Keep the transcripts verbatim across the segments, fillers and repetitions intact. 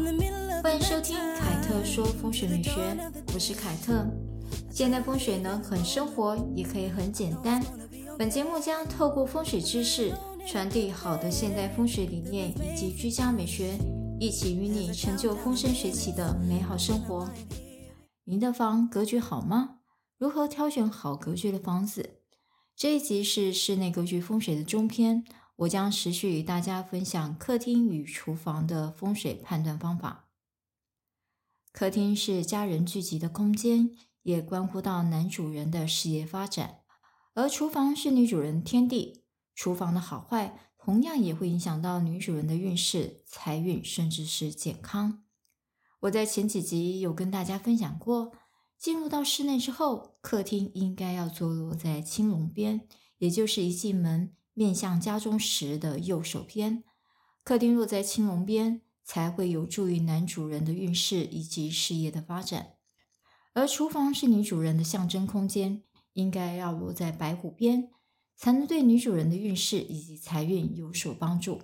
欢迎收听凯特说风水美学，我是凯特。现代风水呢，很生活，也可以很简单。本节目将透过风水知识，传递好的现代风水理念以及居家美学，一起与你成就风生水起的美好生活。您的房格局好吗？如何挑选好格局的房子？这一集是室内格局风水的中篇，我将持续与大家分享客厅与厨房的风水判断方法。客厅是家人聚集的空间，也关乎到男主人的事业发展，而厨房是女主人的天地，厨房的好坏同样也会影响到女主人的运势、财运，甚至是健康。我在前几集有跟大家分享过，进入到室内之后，客厅应该要坐落在青龙边，也就是一进门面向家中时的右手边。客厅落在青龙边，才会有助于男主人的运势以及事业的发展。而厨房是女主人的象征空间，应该要落在白虎边，才能对女主人的运势以及财运有所帮助。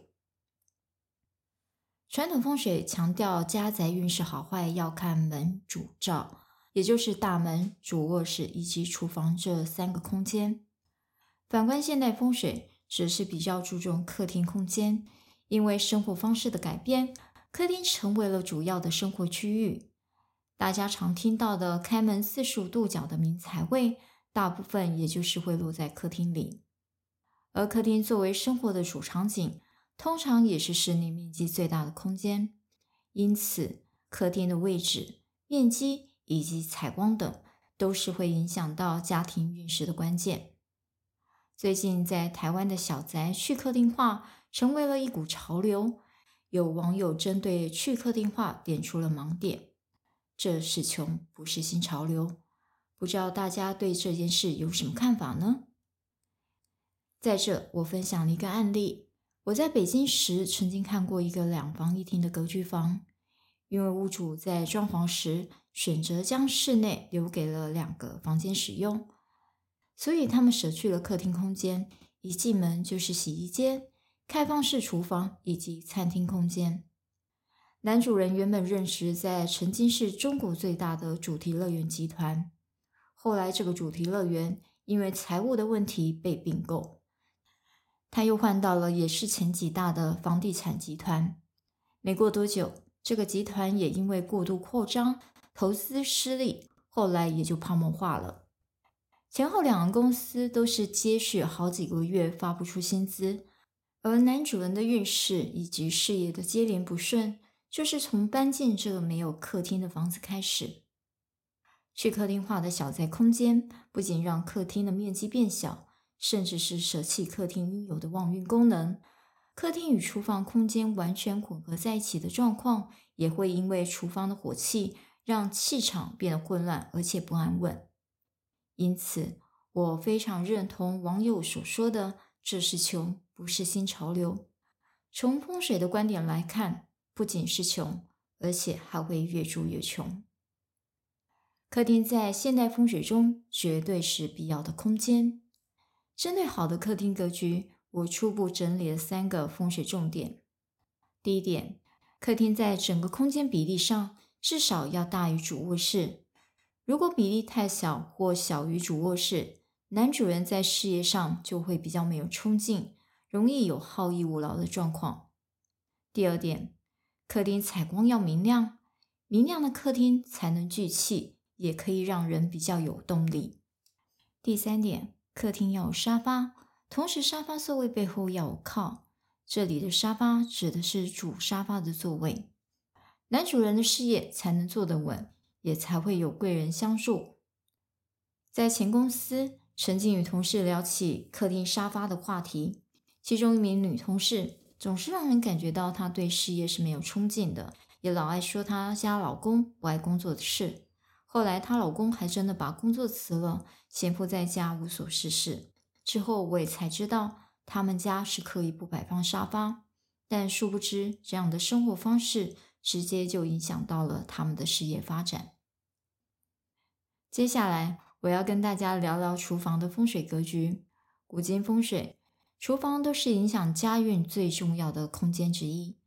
传统风水强调家宅运势好坏要看门主照，也就是大门、主卧室以及厨房这三个空间。反观现代风水，则是比较注重客厅空间，因为生活方式的改变，客厅成为了主要的生活区域。大家常听到的开门四十五度角的明财位，大部分也就是会落在客厅里。而客厅作为生活的主场景，通常也是室内面积最大的空间，因此客厅的位置、面积以及采光等，都是会影响到家庭运势的关键。最近在台湾的小宅去客厅化成为了一股潮流，有网友针对去客厅化点出了盲点，这是穷，不是新潮流。不知道大家对这件事有什么看法呢？在这我分享了一个案例，我在北京时曾经看过一个两房一厅的格局房，因为屋主在装潢时选择将室内留给了两个房间使用，所以他们舍去了客厅空间，一进门就是洗衣间、开放式厨房以及餐厅空间。男主人原本任职在曾经是中国最大的主题乐园集团，后来这个主题乐园因为财务的问题被并购，他又换到了也是前几大的房地产集团。没过多久，这个集团也因为过度扩张，投资失利，后来也就泡沫化了。前后两个公司都是接续好几个月发不出薪资，而男主人的运势以及事业的接连不顺，就是从搬进这个没有客厅的房子开始。去客厅化的小宅空间，不仅让客厅的面积变小，甚至是舍弃客厅应有的旺运功能。客厅与厨房空间完全混合在一起的状况，也会因为厨房的火气，让气场变得混乱而且不安稳。因此，我非常认同网友所说的，这是穷，不是新潮流。从风水的观点来看，不仅是穷，而且还会越住越穷。客厅在现代风水中绝对是必要的空间。针对好的客厅格局，我初步整理了三个风水重点。第一点，客厅在整个空间比例上至少要大于主卧室。如果比例太小或小于主卧室，男主人在事业上就会比较没有冲劲，容易有好逸恶劳的状况。第二点，客厅采光要明亮，明亮的客厅才能聚气，也可以让人比较有动力。第三点，客厅要有沙发，同时沙发座位背后要有靠，这里的沙发指的是主沙发的座位，男主人的事业才能坐得稳，也才会有贵人相助。在前公司曾经与同事聊起客厅沙发的话题，其中一名女同事总是让人感觉到她对事业是没有冲劲的，也老爱说她家老公不爱工作的事。后来她老公还真的把工作辞了，闲赋在家无所事事。之后我也才知道他们家是刻意不摆放沙发，但殊不知这样的生活方式直接就影响到了他们的事业发展。接下来我要跟大家聊聊厨房的风水格局。古今风水，厨房都是影响家运最重要的空间之一。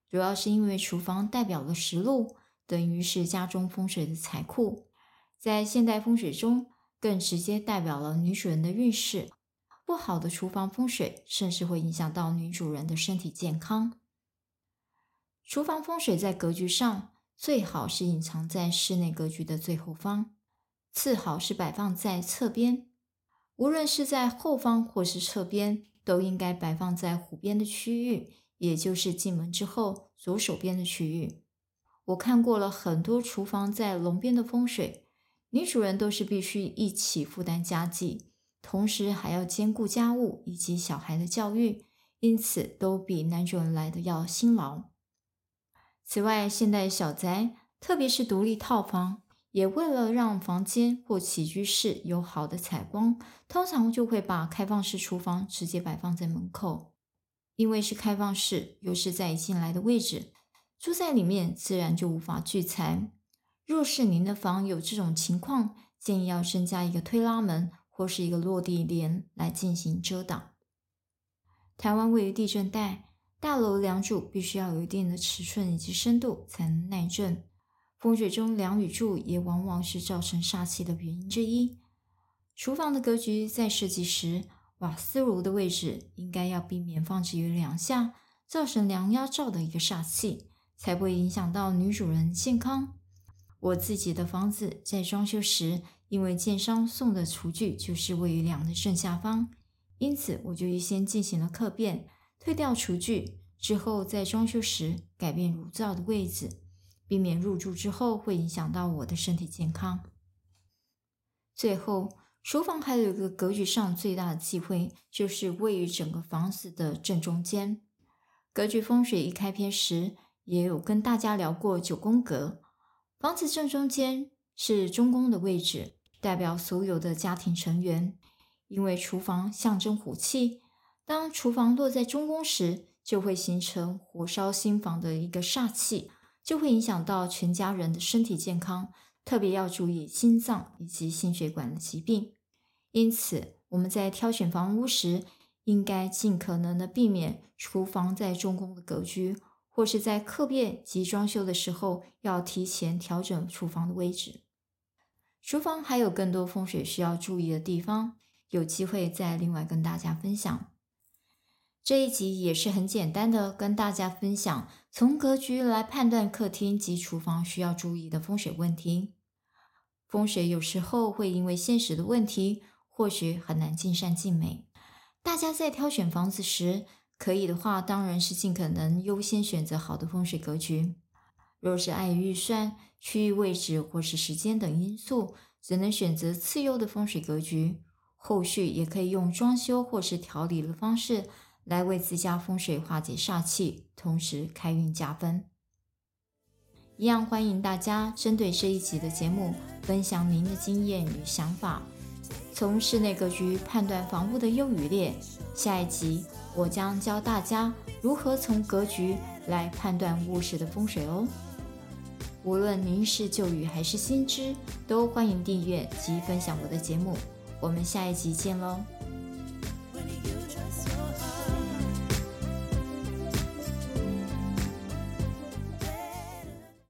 主要是因为厨房代表了食禄，等于是家中风水的财库。在现代风水中，更直接代表了女主人的运势。不好的厨房风水，甚至会影响到女主人的身体健康。厨房风水在格局上，最好是隐藏在室内格局的最后方，次好是摆放在侧边。无论是在后方或是侧边，都应该摆放在虎边的区域，也就是进门之后左手边的区域。我看过了很多厨房在龙边的风水，女主人都是必须一起负担家计，同时还要兼顾家务以及小孩的教育，因此都比男主人来的要辛劳。此外，现代小宅，特别是独立套房，也为了让房间或起居室有好的采光，通常就会把开放式厨房直接摆放在门口。因为是开放式，又是在进来的位置，住在里面自然就无法聚财。若是您的房有这种情况，建议要增加一个推拉门或是一个落地帘来进行遮挡。台湾位于地震带，大楼梁柱必须要有一定的尺寸以及深度才能耐震。风水中梁与柱也往往是造成煞气的原因之一。厨房的格局在设计时，瓦斯炉的位置应该要避免放置于梁下，造成梁压罩的一个煞气，才不会影响到女主人健康。我自己的房子在装修时，因为建商送的厨具就是位于梁的正下方，因此我就预先进行了客变，退掉厨具之后，在装修时改变炉灶的位置，避免入住之后会影响到我的身体健康。最后，厨房还有一个格局上最大的忌讳，就是位于整个房子的正中间。格局风水一开篇时，也有跟大家聊过九宫格。房子正中间是中宫的位置，代表所有的家庭成员。因为厨房象征火气，当厨房落在中宫时，就会形成火烧心房的一个煞气，就会影响到全家人的身体健康，特别要注意心脏以及心血管的疾病。因此，我们在挑选房屋时，应该尽可能的避免厨房在中宫的格局，或是在客变及装修的时候，要提前调整厨房的位置。厨房还有更多风水需要注意的地方，有机会再另外跟大家分享。这一集也是很简单的跟大家分享，从格局来判断客厅及厨房需要注意的风水问题。风水有时候会因为现实的问题，或许很难尽善尽美。大家在挑选房子时，可以的话，当然是尽可能优先选择好的风水格局。若是碍于预算、区域位置或是时间等因素，只能选择次优的风水格局。后续也可以用装修或是调理的方式来为自家风水化解煞气，同时开运加分。一样欢迎大家针对这一集的节目分享您的经验与想法，从室内格局判断房屋的优与劣。下一集我将教大家如何从格局来判断卧室的风水哦。无论您是旧语还是新知，都欢迎订阅及分享我的节目。我们下一集见喽。